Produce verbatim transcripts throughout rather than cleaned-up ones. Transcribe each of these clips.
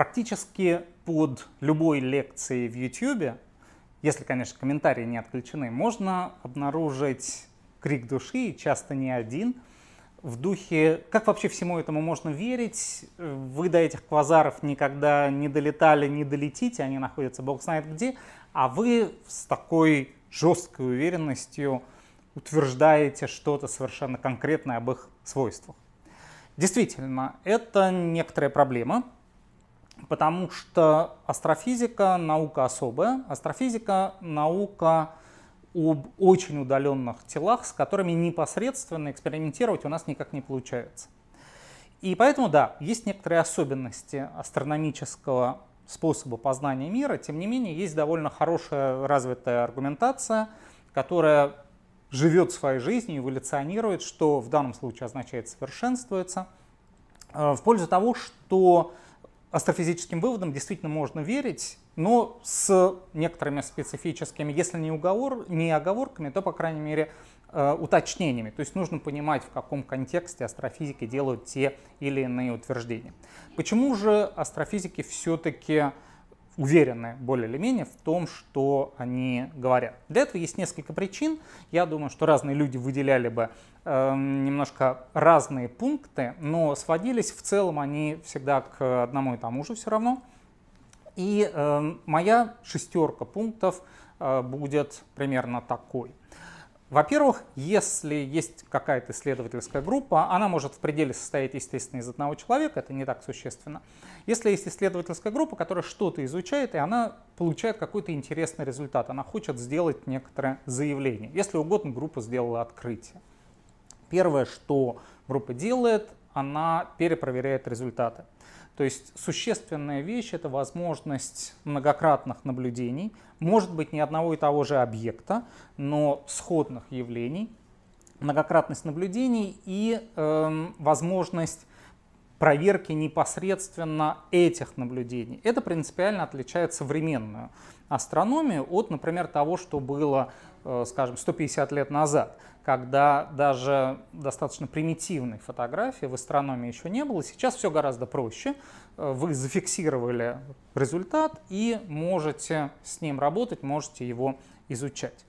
Практически под любой лекцией в YouTube, если, конечно, комментарии не отключены, можно обнаружить крик души, и часто не один, в духе, как вообще всему этому можно верить, вы до этих квазаров никогда не долетали, не долетите, они находятся бог знает где, а вы с такой жесткой уверенностью утверждаете что-то совершенно конкретное об их свойствах. Действительно, это некоторая проблема, потому что астрофизика — наука особая. Астрофизика — наука об очень удаленных телах, с которыми непосредственно экспериментировать у нас никак не получается. И поэтому, да, есть некоторые особенности астрономического способа познания мира, тем не менее, есть довольно хорошая развитая аргументация, которая живет своей жизнью, эволюционирует, что в данном случае означает совершенствуется, в пользу того, что астрофизическим выводам действительно можно верить, но с некоторыми специфическими, если не, уговор, не оговорками, то, по крайней мере, э, уточнениями. То есть нужно понимать, в каком контексте астрофизики делают те или иные утверждения. Почему же астрофизики все-таки уверены более или менее в том, что они говорят? Для этого есть несколько причин. Я думаю, что разные люди выделяли бы э, немножко разные пункты, но сводились в целом они всегда к одному и тому же все равно. И э, моя шестерка пунктов э, будет примерно такой. Во-первых, если есть какая-то исследовательская группа, она может в пределе состоять, естественно, из одного человека, это не так существенно. Если есть исследовательская группа, которая что-то изучает, и она получает какой-то интересный результат, она хочет сделать некоторое заявление. Если угодно, группа сделала открытие. Первое, что группа делает, она перепроверяет результаты. То есть существенная вещь — это возможность многократных наблюдений, может быть, не одного и того же объекта, но сходных явлений, многократность наблюдений и э, возможность проверки непосредственно этих наблюдений. Это принципиально отличает современную астрономию от, например, того, что было, э, скажем, сто пятьдесят лет назад, когда даже достаточно примитивной фотографии в астрономии еще не было. Сейчас все гораздо проще. Вы зафиксировали результат и можете с ним работать, можете его изучать.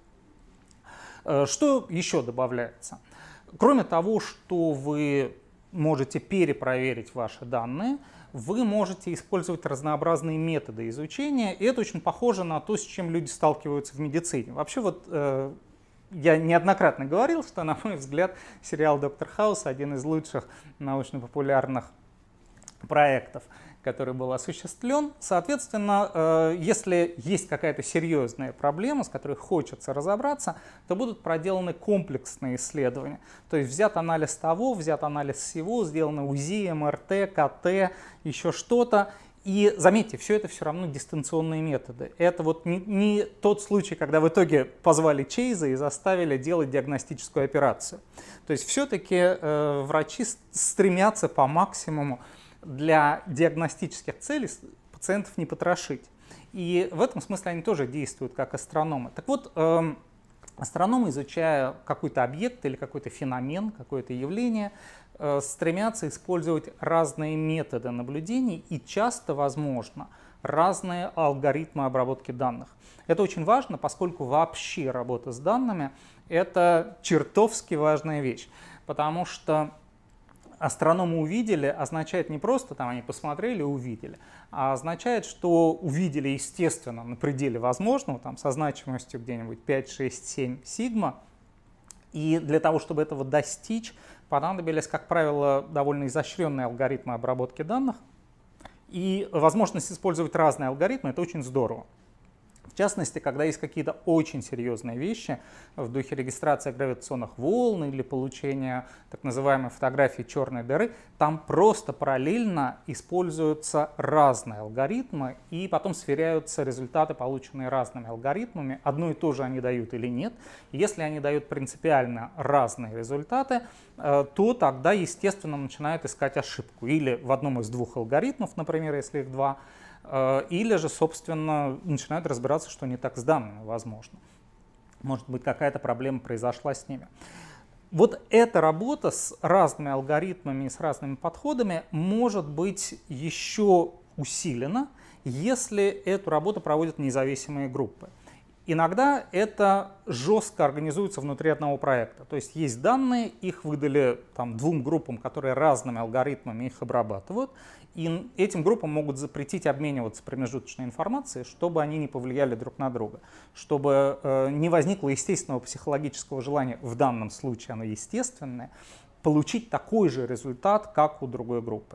Что еще добавляется? Кроме того, что вы можете перепроверить ваши данные, вы можете использовать разнообразные методы изучения, и это очень похоже на то, с чем люди сталкиваются в медицине. Вообще вот э, я неоднократно говорил, что, на мой взгляд, сериал «Доктор Хаус» один из лучших научно-популярных проектов, который был осуществлен. Соответственно, если есть какая-то серьезная проблема, с которой хочется разобраться, то будут проделаны комплексные исследования. То есть взят анализ того, взят анализ всего, сделано УЗИ, МРТ, КТ, еще что-то. И заметьте, все это все равно дистанционные методы. Это вот не, не тот случай, когда в итоге позвали Чейза и заставили делать диагностическую операцию. То есть все-таки э, врачи стремятся по максимуму для диагностических целей пациентов не потрошить. И в этом смысле они тоже действуют как астрономы. Так вот, э, астрономы, изучая какой-то объект или какой-то феномен, какое-то явление, э, стремятся использовать разные методы наблюдений и часто, возможно, разные алгоритмы обработки данных. Это очень важно, поскольку вообще работа с данными — это чертовски важная вещь, потому что астрономы увидели означает не просто там они посмотрели и увидели, а означает, что увидели, естественно, на пределе возможного, там, со значимостью где-нибудь пять, шесть, семь сигма. И для того, чтобы этого достичь, понадобились, как правило, довольно изощренные алгоритмы обработки данных. И возможность использовать разные алгоритмы — это очень здорово. В частности, когда есть какие-то очень серьезные вещи в духе регистрации гравитационных волн или получения так называемой фотографии черной дыры, там просто параллельно используются разные алгоритмы и потом сверяются результаты, полученные разными алгоритмами, одно и то же они дают или нет. Если они дают принципиально разные результаты, то тогда, естественно, начинают искать ошибку. Или в одном из двух алгоритмов, например, если их два, или же, собственно, начинают разбираться, что не так с данными, возможно. Может быть, какая-то проблема произошла с ними. Вот эта работа с разными алгоритмами и с разными подходами может быть еще усилена, если эту работу проводят независимые группы. Иногда это жестко организуется внутри одного проекта. То есть есть данные, их выдали там, двум группам, которые разными алгоритмами их обрабатывают. И этим группам могут запретить обмениваться промежуточной информацией, чтобы они не повлияли друг на друга. Чтобы э, не возникло естественного психологического желания, в данном случае оно естественное, получить такой же результат, как у другой группы.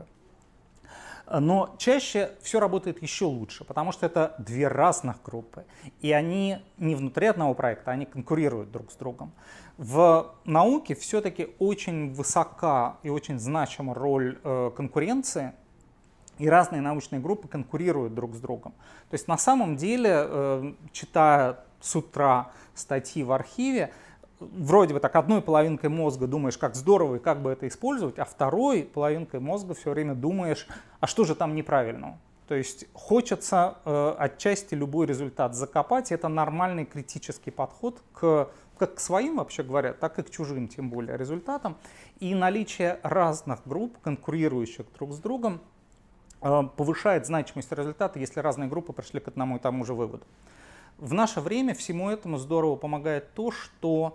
Но чаще все работает еще лучше, потому что это две разных группы, и они не внутри одного проекта, они конкурируют друг с другом. В науке все-таки очень высока и очень значима роль э, конкуренции, и разные научные группы конкурируют друг с другом. То есть на самом деле, э, читая с утра статьи в архиве, вроде бы так одной половинкой мозга думаешь, как здорово и как бы это использовать, а второй половинкой мозга все время думаешь, а что же там неправильного. То есть хочется э, отчасти любой результат закопать. Это нормальный критический подход к, как к своим, вообще говоря, так и к чужим, тем более, результатам. И наличие разных групп, конкурирующих друг с другом, э, повышает значимость результата, если разные группы пришли к одному и тому же выводу. В наше время всему этому здорово помогает то, что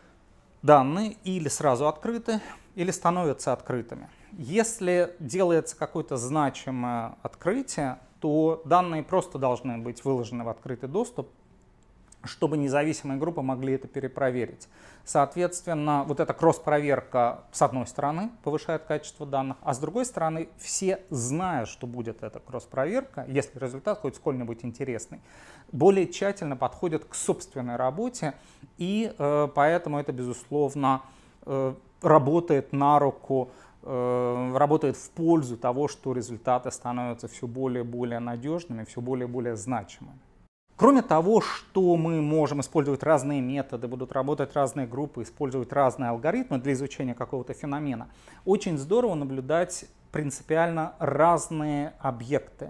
данные или сразу открыты, или становятся открытыми. Если делается какое-то значимое открытие, то данные просто должны быть выложены в открытый доступ, чтобы независимые группы могли это перепроверить. Соответственно, вот эта кросс-проверка, с одной стороны, повышает качество данных, а с другой стороны, все, зная, что будет эта кросс-проверка, если результат хоть сколь-нибудь интересный, более тщательно подходят к собственной работе, и э, поэтому это, безусловно, э, работает на руку, э, работает в пользу того, что результаты становятся все более и более надежными, все более и более значимыми. Кроме того, что мы можем использовать разные методы, будут работать разные группы, использовать разные алгоритмы для изучения какого-то феномена, очень здорово наблюдать принципиально разные объекты,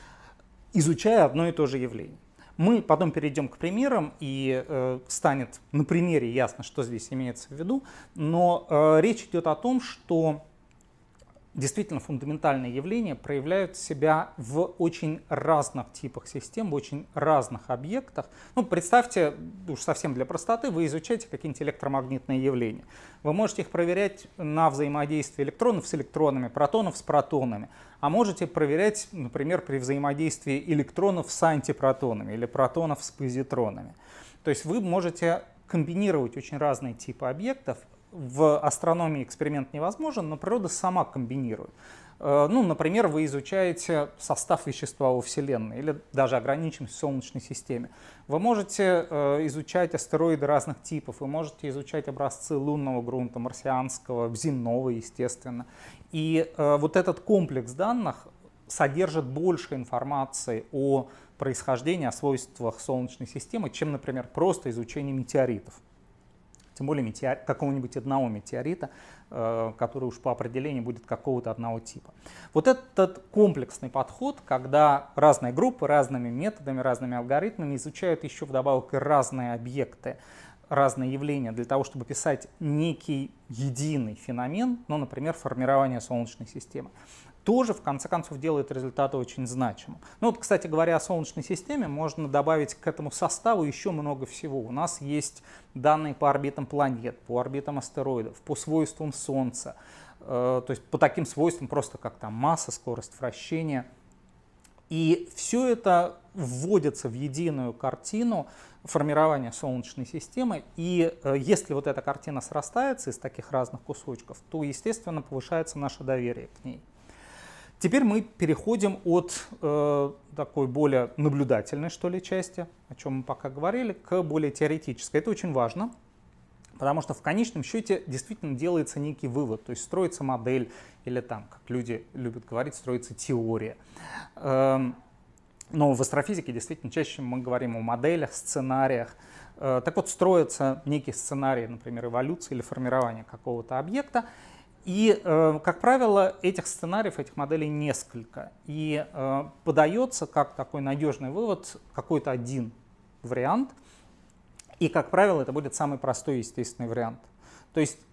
изучая одно и то же явление. Мы потом перейдем к примерам, и э, станет на примере ясно, что здесь имеется в виду, но э, речь идет о том, что действительно фундаментальные явления проявляют себя в очень разных типах систем, в очень разных объектах. Ну, представьте, уж совсем для простоты, вы изучаете какие-нибудь электромагнитные явления. Вы можете их проверять на взаимодействие электронов с электронами, протонов с протонами, а можете проверять, например, при взаимодействии электронов с антипротонами или протонов с позитронами. То есть вы можете комбинировать очень разные типы объектов. В астрономии эксперимент невозможен, но природа сама комбинирует. Ну, например, вы изучаете состав вещества во Вселенной или даже ограничимся в Солнечной системе. Вы можете изучать астероиды разных типов, вы можете изучать образцы лунного грунта, марсианского, земного, естественно. И вот этот комплекс данных содержит больше информации о происхождении, о свойствах Солнечной системы, чем, например, просто изучение метеоритов. Тем более метеор... какого-нибудь одного метеорита, э, который уж по определению будет какого-то одного типа. Вот этот комплексный подход, когда разные группы разными методами, разными алгоритмами изучают еще вдобавок и разные объекты, разные явления для того, чтобы писать некий единый феномен, ну, например, формирование Солнечной системы, тоже, в конце концов, делает результаты очень значимым. Ну вот, кстати говоря, о Солнечной системе можно добавить к этому составу еще много всего. У нас есть данные по орбитам планет, по орбитам астероидов, по свойствам Солнца, э, то есть по таким свойствам просто как там масса, скорость вращения. И все это вводится в единую картину формирования Солнечной системы. И э, если вот эта картина срастается из таких разных кусочков, то, естественно, повышается наше доверие к ней. Теперь мы переходим от э, такой более наблюдательной, что ли, части, о чем мы пока говорили, к более теоретической. Это очень важно, потому что в конечном счете действительно делается некий вывод, то есть строится модель, или там, как люди любят говорить, строится теория. Эм, но в астрофизике действительно чаще мы говорим о моделях, сценариях. Э, так вот, строится некий сценарий, например, эволюции или формирования какого-то объекта. И, э, как правило, этих сценариев, этих моделей несколько. И э, подается как такой надежный вывод какой-то один вариант. И, как правило, это будет самый простой естественный вариант. То есть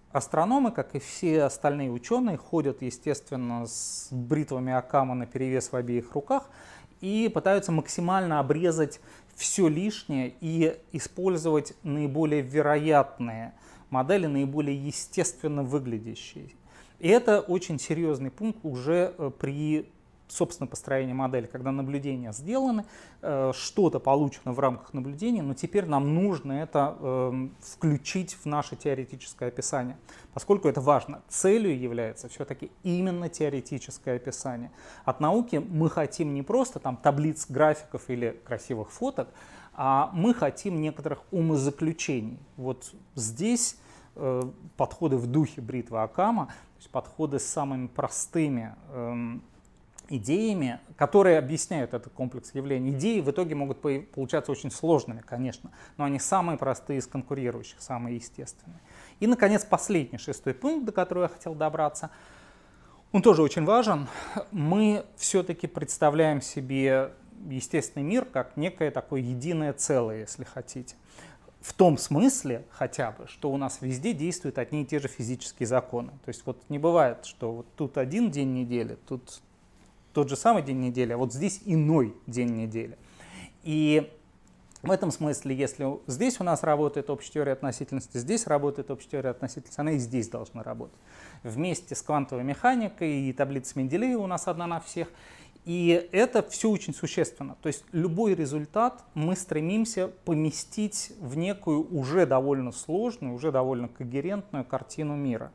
астрономы, как и все остальные ученые, ходят, естественно, с бритвами Окама наперевес в обеих руках и пытаются максимально обрезать все лишнее и использовать наиболее вероятные модели, наиболее естественно выглядящие. И это очень серьезный пункт уже при собственно построении модели, когда наблюдения сделаны, что-то получено в рамках наблюдения, но теперь нам нужно это включить в наше теоретическое описание, поскольку это важно. Целью является все-таки именно теоретическое описание. От науки мы хотим не просто там таблиц, графиков или красивых фоток, а мы хотим некоторых умозаключений. Вот здесь э, подходы в духе бритвы Окама, то есть подходы с самыми простыми э, идеями, которые объясняют этот комплекс явлений. Идеи в итоге могут получаться очень сложными, конечно, но они самые простые из конкурирующих, самые естественные. И, наконец, последний, шестой пункт, до которого я хотел добраться, он тоже очень важен. Мы все-таки представляем себе естественный мир как некое такое единое целое, если хотите. В том смысле хотя бы, что у нас везде действуют одни и те же физические законы. То есть вот не бывает, что вот тут один день недели, тут тот же самый день недели, а вот здесь иной день недели. И в этом смысле, если здесь у нас работает общая теория относительности, здесь работает общая теория относительности, она и здесь должна работать. Вместе с квантовой механикой и таблицей Менделеева у нас одна на всех. И это все очень существенно. То есть любой результат мы стремимся поместить в некую уже довольно сложную, уже довольно когерентную картину мира.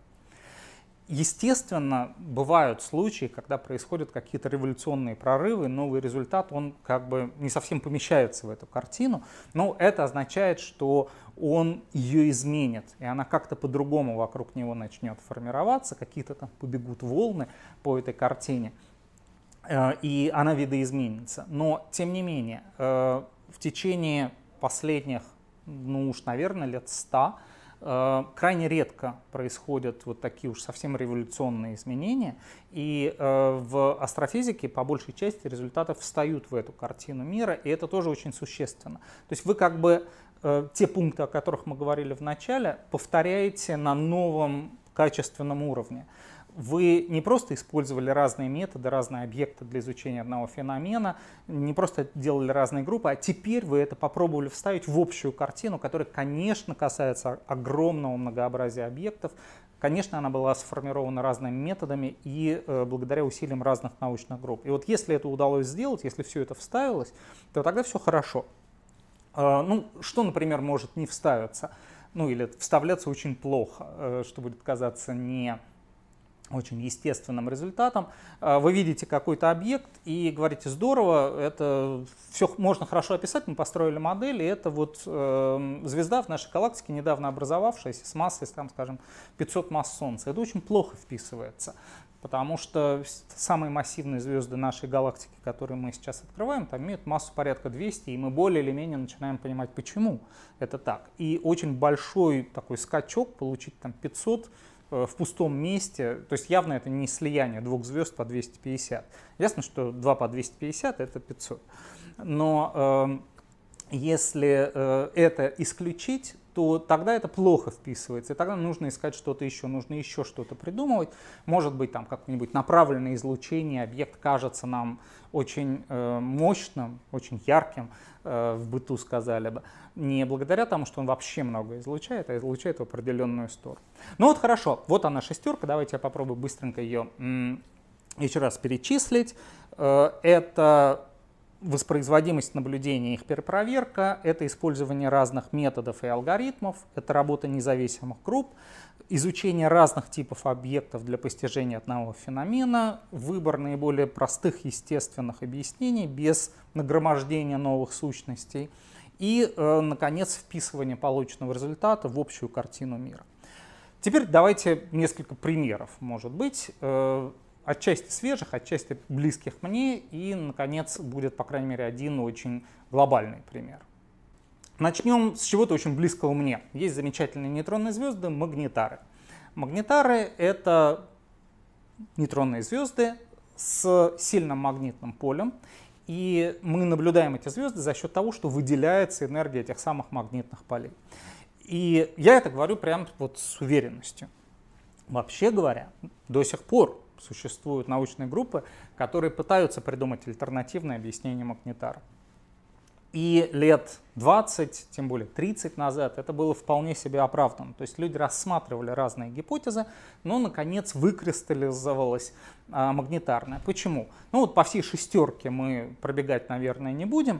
Естественно, бывают случаи, когда происходят какие-то революционные прорывы, новый результат, он как бы не совсем помещается в эту картину, но это означает, что он ее изменит, и она как-то по-другому вокруг него начнет формироваться, какие-то там побегут волны по этой картине, и она видоизменится. Но, тем не менее, в течение последних, ну уж, наверное, лет ста, крайне редко происходят вот такие уж совсем революционные изменения, и э, в астрофизике по большей части результаты встают в эту картину мира, и это тоже очень существенно. То есть вы как бы э, те пункты, о которых мы говорили в начале, повторяете на новом качественном уровне. Вы не просто использовали разные методы, разные объекты для изучения одного феномена, не просто делали разные группы, а теперь вы это попробовали вставить в общую картину, которая, конечно, касается огромного многообразия объектов. Конечно, она была сформирована разными методами и э, благодаря усилиям разных научных групп. И вот если это удалось сделать, если все это вставилось, то тогда все хорошо. Э, ну, что, например, может не вставиться? Ну, или вставляться очень плохо, э, что будет казаться не очень естественным результатом. Вы видите какой-то объект и говорите: здорово, это все можно хорошо описать, мы построили модель, и это вот э, звезда в нашей галактике, недавно образовавшаяся, с массой, там, скажем, пятьсот масс Солнца. Это очень плохо вписывается, потому что самые массивные звезды нашей галактики, которые мы сейчас открываем, там имеют массу порядка двухсот, и мы более или менее начинаем понимать, почему это так. И очень большой такой скачок получить там пятьсот в пустом месте, то есть явно это не слияние двух звезд по двести пятьдесят. Ясно, что два по двести пятьдесят это пятьсот. Но э, если э, это исключить, то тогда это плохо вписывается, и тогда нужно искать что-то еще, нужно еще что-то придумывать. Может быть, там какое-нибудь направленное излучение, объект кажется нам очень э, мощным, очень ярким, э, в быту сказали бы, не благодаря тому, что он вообще много излучает, а излучает в определенную сторону. Ну вот хорошо, вот она шестерка, давайте я попробую быстренько ее м- еще раз перечислить. Э, это воспроизводимость наблюдения, их перепроверка, это использование разных методов и алгоритмов, это работа независимых групп, изучение разных типов объектов для постижения одного феномена, выбор наиболее простых естественных объяснений без нагромождения новых сущностей и, э, наконец, вписывание полученного результата в общую картину мира. Теперь давайте несколько примеров, может быть, э, отчасти свежих, отчасти близких мне, и, наконец, будет, по крайней мере, один очень глобальный пример. Начнем с чего-то очень близкого мне. Есть замечательные нейтронные звезды, магнитары. Магнитары — это нейтронные звезды с сильным магнитным полем, и мы наблюдаем эти звезды за счет того, что выделяется энергия этих самых магнитных полей. И я это говорю прямо вот с уверенностью. Вообще говоря, до сих пор существуют научные группы, которые пытаются придумать альтернативное объяснение магнитар. И лет двадцать, тем более тридцать назад это было вполне себе оправдано. То есть люди рассматривали разные гипотезы, но наконец выкристаллизовалась а, магнитарная. Почему? Ну вот по всей шестерке мы пробегать, наверное, не будем,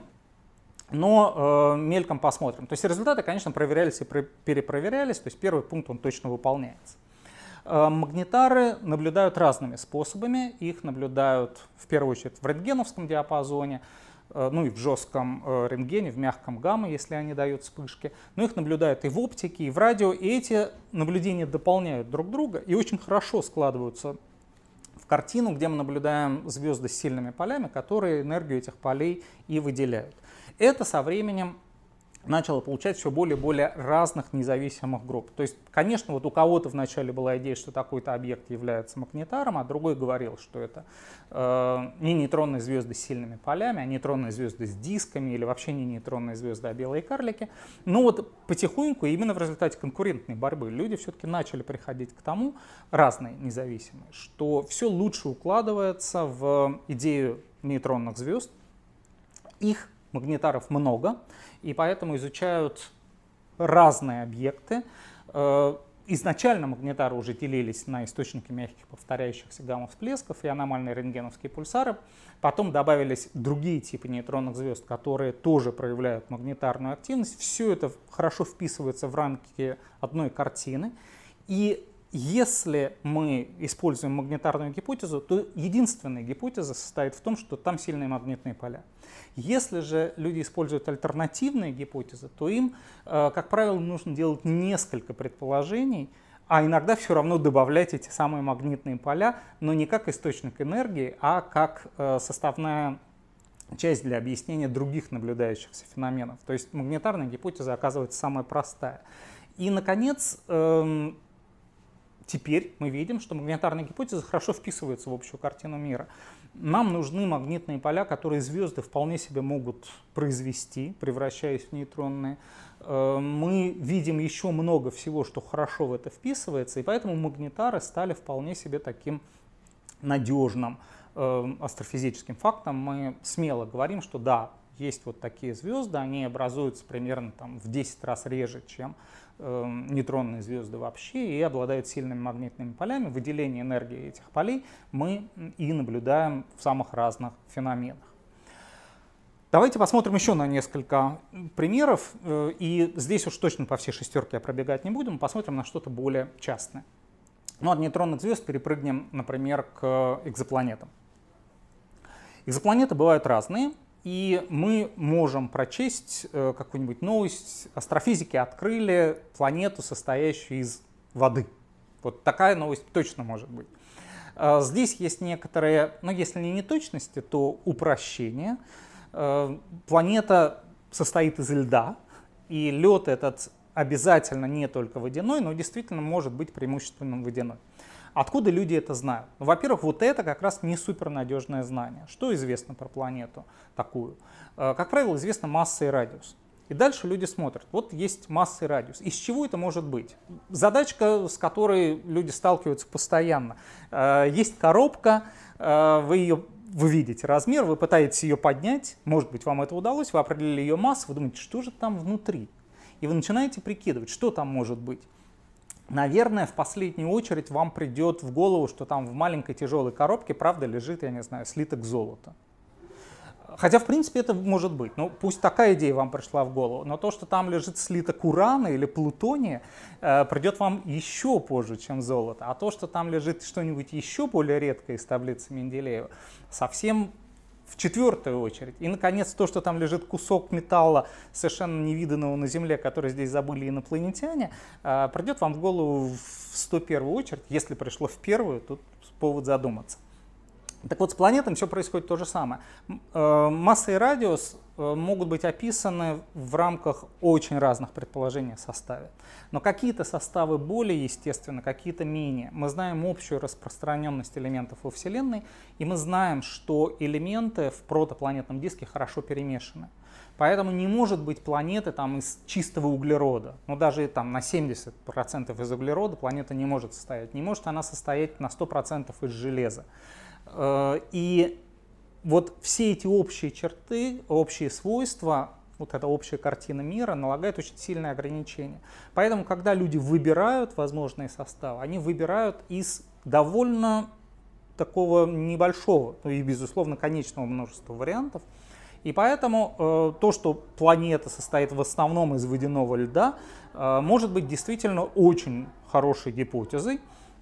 но э, мельком посмотрим. То есть результаты, конечно, проверялись и перепроверялись, то есть первый пункт он точно выполняется. Э, магнитары наблюдают разными способами, их наблюдают в первую очередь в рентгеновском диапазоне, ну и в жестком рентгене, в мягком гамма, если они дают вспышки. Но их наблюдают и в оптике, и в радио, и эти наблюдения дополняют друг друга и очень хорошо складываются в картину, где мы наблюдаем звезды с сильными полями, которые энергию этих полей и выделяют. Это со временем начало получать все более и более разных независимых групп. То есть, конечно, вот у кого-то вначале была идея, что такой-то объект является магнитаром, а другой говорил, что это э, не нейтронные звезды с сильными полями, а нейтронные звезды с дисками или вообще не нейтронные звезды, а белые карлики. Но вот потихоньку, именно в результате конкурентной борьбы, люди все-таки начали приходить к тому, разные независимые, что все лучше укладывается в идею нейтронных звезд. Их магнитаров много, и поэтому изучают разные объекты. Изначально магнитары уже делились на источники мягких повторяющихся гамма-всплесков и аномальные рентгеновские пульсары. Потом добавились другие типы нейтронных звезд, которые тоже проявляют магнитарную активность. Все это хорошо вписывается в рамки одной картины. И если мы используем магнитарную гипотезу, то единственная гипотеза состоит в том, что там сильные магнитные поля. Если же люди используют альтернативные гипотезы, то им, как правило, нужно делать несколько предположений, а иногда все равно добавлять эти самые магнитные поля, но не как источник энергии, а как составная часть для объяснения других наблюдающихся феноменов. То есть магнитарная гипотеза оказывается самая простая. И, наконец, теперь мы видим, что магнитарная гипотеза хорошо вписывается в общую картину мира. Нам нужны магнитные поля, которые звезды вполне себе могут произвести, превращаясь в нейтронные. Мы видим еще много всего, что хорошо в это вписывается, и поэтому магнитары стали вполне себе таким надежным астрофизическим фактом. Мы смело говорим, что да, есть вот такие звезды, они образуются примерно там, в десять раз реже, чем э, нейтронные звезды вообще, и обладают сильными магнитными полями. Выделение энергии этих полей мы и наблюдаем в самых разных феноменах. Давайте посмотрим еще на несколько примеров, э, и здесь уж точно по всей шестерке пробегать не будем, посмотрим на что-то более частное. Ну, от нейтронных звезд перепрыгнем, например, к экзопланетам. Экзопланеты бывают разные. И мы можем прочесть э, какую-нибудь новость. Астрофизики открыли планету, состоящую из воды. Вот такая новость точно может быть. Э, здесь есть некоторые, ну если не неточности, то упрощения. Э, планета состоит из льда, и лед этот обязательно не только водяной, но действительно может быть преимущественно водяной. Откуда люди это знают? Ну, во-первых, вот это как раз не супернадежное знание. Что известно про планету такую? Как правило, известна масса и радиус. И дальше люди смотрят. Вот есть масса и радиус. Из чего это может быть? Задачка, с которой люди сталкиваются постоянно. Есть коробка, вы ее вы видите размер, вы пытаетесь ее поднять, может быть, вам это удалось, вы определили ее массу, вы думаете, что же там внутри? И вы начинаете прикидывать, что там может быть. Наверное, в последнюю очередь вам придет в голову, что там в маленькой тяжелой коробке, правда, лежит, я не знаю, слиток золота. Хотя, в принципе, это может быть. Ну, пусть такая идея вам пришла в голову, но то, что там лежит слиток урана или плутония, э, придет вам еще позже, чем золото. А то, что там лежит что-нибудь еще более редкое из таблицы Менделеева, совсем в четвертую очередь. И, наконец, то, что там лежит кусок металла, совершенно невиданного на Земле, который здесь забыли инопланетяне, э, придет вам в голову в сто первую очередь. Если пришло в первую, тут повод задуматься. Так вот, с планетами все происходит то же самое. Масса и радиус могут быть описаны в рамках очень разных предположений о составе. Но какие-то составы более естественны, какие-то менее. Мы знаем общую распространенность элементов во Вселенной, и мы знаем, что элементы в протопланетном диске хорошо перемешаны. Поэтому не может быть планеты там из чистого углерода. Ну, даже там на семьдесят процентов из углерода планета не может состоять. Не может она состоять на сто процентов из железа. И вот все эти общие черты, общие свойства, вот эта общая картина мира налагает очень сильные ограничения. Поэтому, когда люди выбирают возможные составы, они выбирают из довольно такого небольшого, ну и, безусловно, конечного множества вариантов. И поэтому э, то, что планета состоит в основном из водяного льда, э, может быть действительно очень хорошей гипотезой.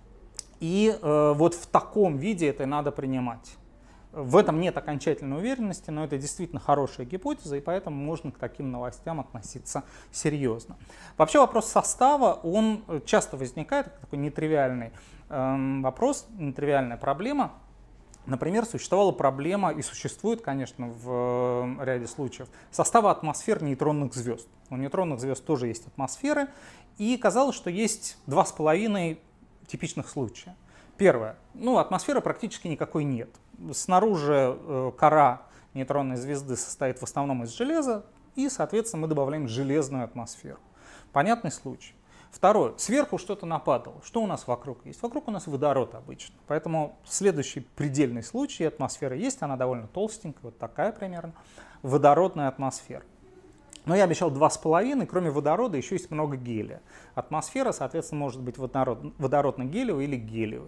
И э, вот в таком виде это надо принимать. В этом нет окончательной уверенности, но это действительно хорошая гипотеза, и поэтому можно к таким новостям относиться серьезно. Вообще вопрос состава, он часто возникает, как такой нетривиальный э, вопрос, нетривиальная проблема. Например, существовала проблема, и существует, конечно, в ряде случаев, состава атмосфер нейтронных звезд. У нейтронных звезд тоже есть атмосферы, и казалось, что есть два с половиной типичных случая. Первое. Ну, атмосферы практически никакой нет. Снаружи э, кора нейтронной звезды состоит в основном из железа, и, соответственно, мы добавляем железную атмосферу. Понятный случай. Второе. Сверху что-то нападало. Что у нас вокруг есть? Вокруг у нас водород обычно. Поэтому следующий предельный случай. Атмосфера есть, она довольно толстенькая, вот такая примерно. Водородная атмосфера. Но я обещал два с половиной, кроме водорода еще есть много гелия. Атмосфера, соответственно, может быть водородно-гелиевой или гелиевой.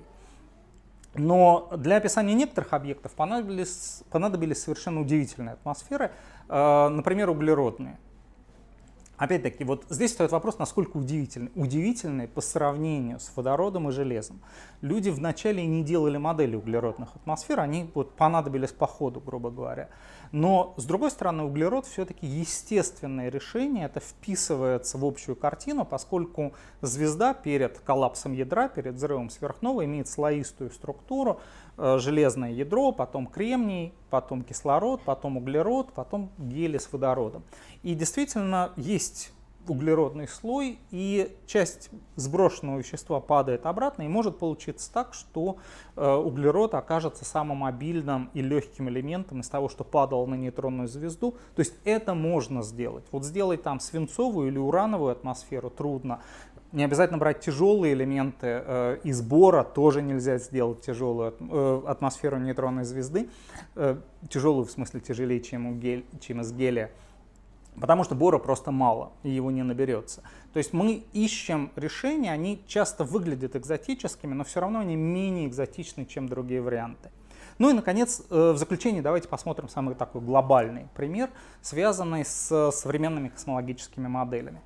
Но для описания некоторых объектов понадобились, понадобились совершенно удивительные атмосферы, э, например, углеродные. Опять-таки, вот здесь стоит вопрос, насколько удивительны. Удивительные по сравнению с водородом и железом. Люди вначале не делали модели углеродных атмосфер, они вот понадобились по ходу, грубо говоря. Но, с другой стороны, углерод все-таки естественное решение, это вписывается в общую картину, поскольку звезда перед коллапсом ядра, перед взрывом сверхновой имеет слоистую структуру, э, железное ядро, потом кремний, потом кислород, потом углерод, потом гелий с водородом. И действительно есть углеродный слой, и часть сброшенного вещества падает обратно, и может получиться так, что э, углерод окажется самым обильным и легким элементом из того, что падало на нейтронную звезду. То есть это можно сделать. Вот сделать там свинцовую или урановую атмосферу трудно. Не обязательно брать тяжелые элементы э, из бора, тоже нельзя сделать тяжелую э, атмосферу нейтронной звезды, э, тяжелую в смысле тяжелее, чем, у гель, чем из гелия. Потому что бора просто мало, и его не наберется. То есть мы ищем решения, они часто выглядят экзотическими, но все равно они менее экзотичны, чем другие варианты. Ну и, наконец, в заключение давайте посмотрим самый такой глобальный пример, связанный с современными космологическими моделями.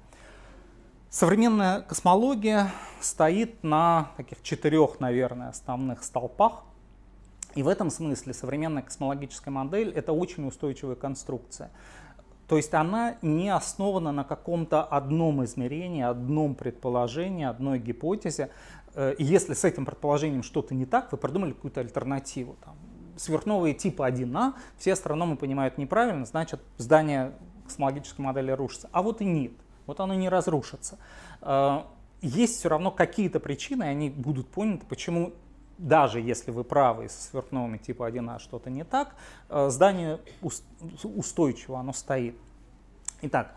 Современная космология стоит на таких четырех, наверное, основных столпах. И в этом смысле современная космологическая модель – это очень устойчивая конструкция. То есть она не основана на каком-то одном измерении, одном предположении, одной гипотезе. И если с этим предположением что-то не так, вы придумали какую-то альтернативу. Там, сверхновые типа один А, все астрономы понимают неправильно, значит здание космологической модели рушится. А вот и нет, вот оно не разрушится. Есть все равно какие-то причины, они будут поняты, почему даже если вы правы и со сверхновыми типа один А что-то не так, здание устойчиво, оно стоит. Итак,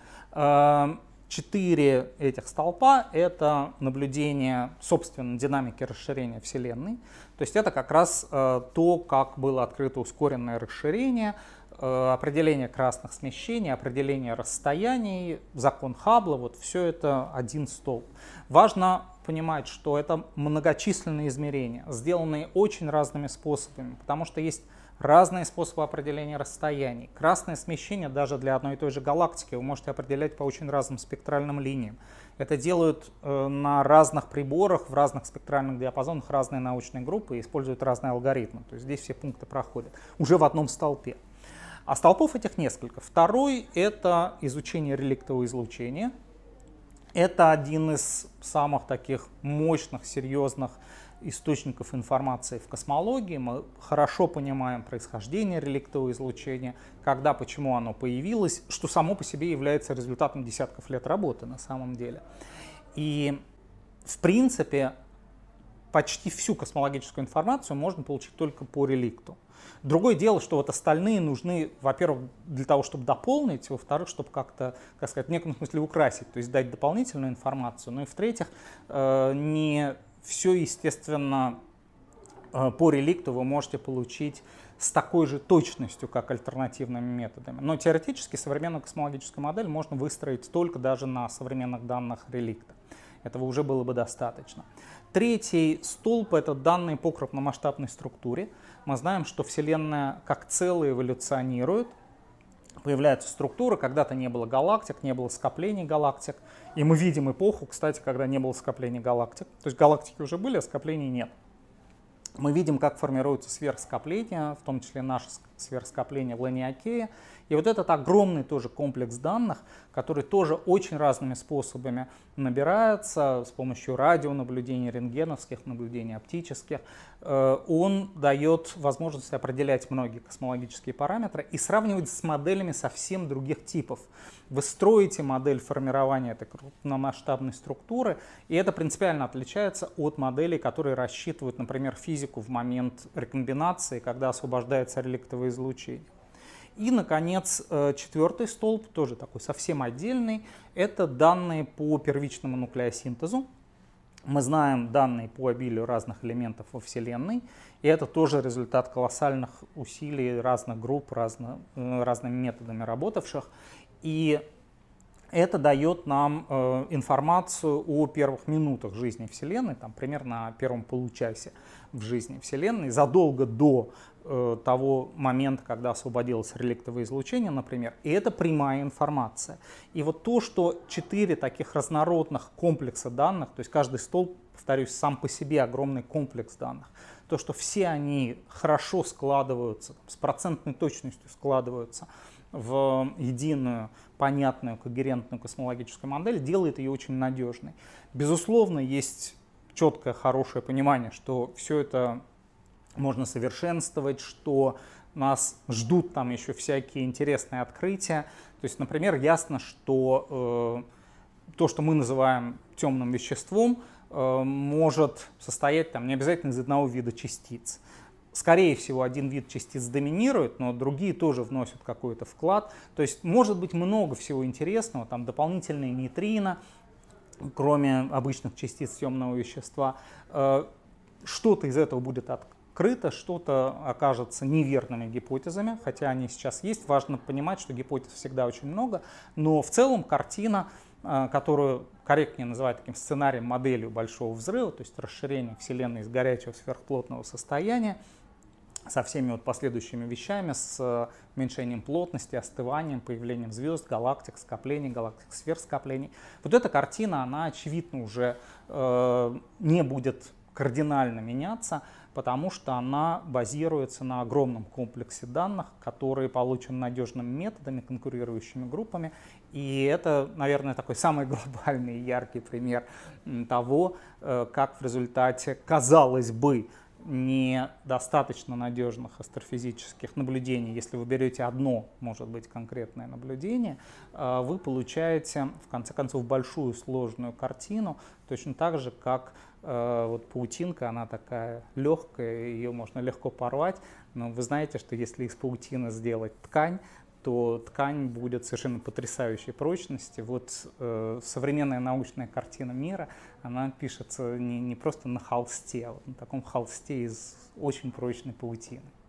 четыре этих столпа — это наблюдение, собственно, динамики расширения Вселенной. То есть это как раз то, как было открыто ускоренное расширение, определение красных смещений, определение расстояний, закон Хаббла, вот все это один столб. Важно понимать, что это многочисленные измерения, сделанные очень разными способами, потому что есть разные способы определения расстояний. Красное смещение даже для одной и той же галактики вы можете определять по очень разным спектральным линиям. Это делают э, на разных приборах, в разных спектральных диапазонах разные научные группы и используют разные алгоритмы. То есть здесь все пункты проходят уже в одном столпе. А столпов этих несколько. Второй — это изучение реликтового излучения. Это один из самых таких мощных, серьезных источников информации в космологии. Мы хорошо понимаем происхождение реликтового излучения, когда, почему оно появилось, что само по себе является результатом десятков лет работы на самом деле. И в принципе почти всю космологическую информацию можно получить только по реликту. Другое дело, что вот остальные нужны, во-первых, для того, чтобы дополнить, во-вторых, чтобы как-то, как сказать, в некотором смысле украсить, то есть дать дополнительную информацию. Ну и в-третьих, не все, естественно, по реликту вы можете получить с такой же точностью, как альтернативными методами. Но теоретически современную космологическую модель можно выстроить только даже на современных данных реликта. Этого уже было бы достаточно. Третий столб — это данные по крупномасштабной структуре. Мы знаем, что Вселенная как целое эволюционирует. Появляется структура, когда-то не было галактик, не было скоплений галактик. И мы видим эпоху, кстати, когда не было скоплений галактик. То есть галактики уже были, а скоплений нет. Мы видим, как формируются сверхскопления, в том числе наше сверхскопление в Ланиакее. И вот этот огромный тоже комплекс данных, который тоже очень разными способами набирается, с помощью радионаблюдений, рентгеновских наблюдений, оптических, он дает возможность определять многие космологические параметры и сравнивать с моделями совсем других типов. Вы строите модель формирования этой крупномасштабной структуры, и это принципиально отличается от моделей, которые рассчитывают, например, физику в момент рекомбинации, когда освобождается реликтовое излучение. И, наконец, четвертый столб, тоже такой совсем отдельный, это данные по первичному нуклеосинтезу. Мы знаем данные по обилию разных элементов во Вселенной, и это тоже результат колоссальных усилий разных групп, разно, разными методами работавших. И это дает нам э, информацию о первых минутах жизни Вселенной, там, примерно о первом получасе в жизни Вселенной, задолго до э, того момента, когда освободилось реликтовое излучение, например. И это прямая информация. И вот то, что четыре таких разнородных комплекса данных, то есть каждый столб, повторюсь, сам по себе огромный комплекс данных, то, что все они хорошо складываются, с процентной точностью складываются в единую, понятную, когерентную космологическую модель, делает ее очень надежной. Безусловно, есть четкое, хорошее понимание, что все это можно совершенствовать, что нас ждут там еще всякие интересные открытия. То есть, например, ясно, что э, то, что мы называем темным веществом, э, может состоять там, не обязательно из одного вида частиц. Скорее всего, один вид частиц доминирует, но другие тоже вносят какой-то вклад. То есть может быть много всего интересного, там дополнительные нейтрино, кроме обычных частиц темного вещества. Что-то из этого будет открыто, что-то окажется неверными гипотезами, хотя они сейчас есть. Важно понимать, что гипотез всегда очень много, но в целом картина, которую корректнее называть таким сценарием, моделью большого взрыва, то есть расширение Вселенной из горячего сверхплотного состояния, со всеми вот последующими вещами, с уменьшением плотности, остыванием, появлением звезд, галактик, скоплений, галактик, сверхскоплений. Вот эта картина, она очевидно уже э, не будет кардинально меняться, потому что она базируется на огромном комплексе данных, которые получены надежными методами, конкурирующими группами. И это, наверное, такой самый глобальный и яркий пример того, э, как в результате, казалось бы, недостаточно надежных астрофизических наблюдений, если вы берете одно, может быть, конкретное наблюдение, вы получаете, в конце концов, большую сложную картину, точно так же, как вот паутинка, она такая легкая, ее можно легко порвать, но вы знаете, что если из паутины сделать ткань, то ткань будет совершенно потрясающей прочности. Вот э, современная научная картина мира, она пишется не, не просто на холсте, а вот на таком холсте из очень прочной паутины.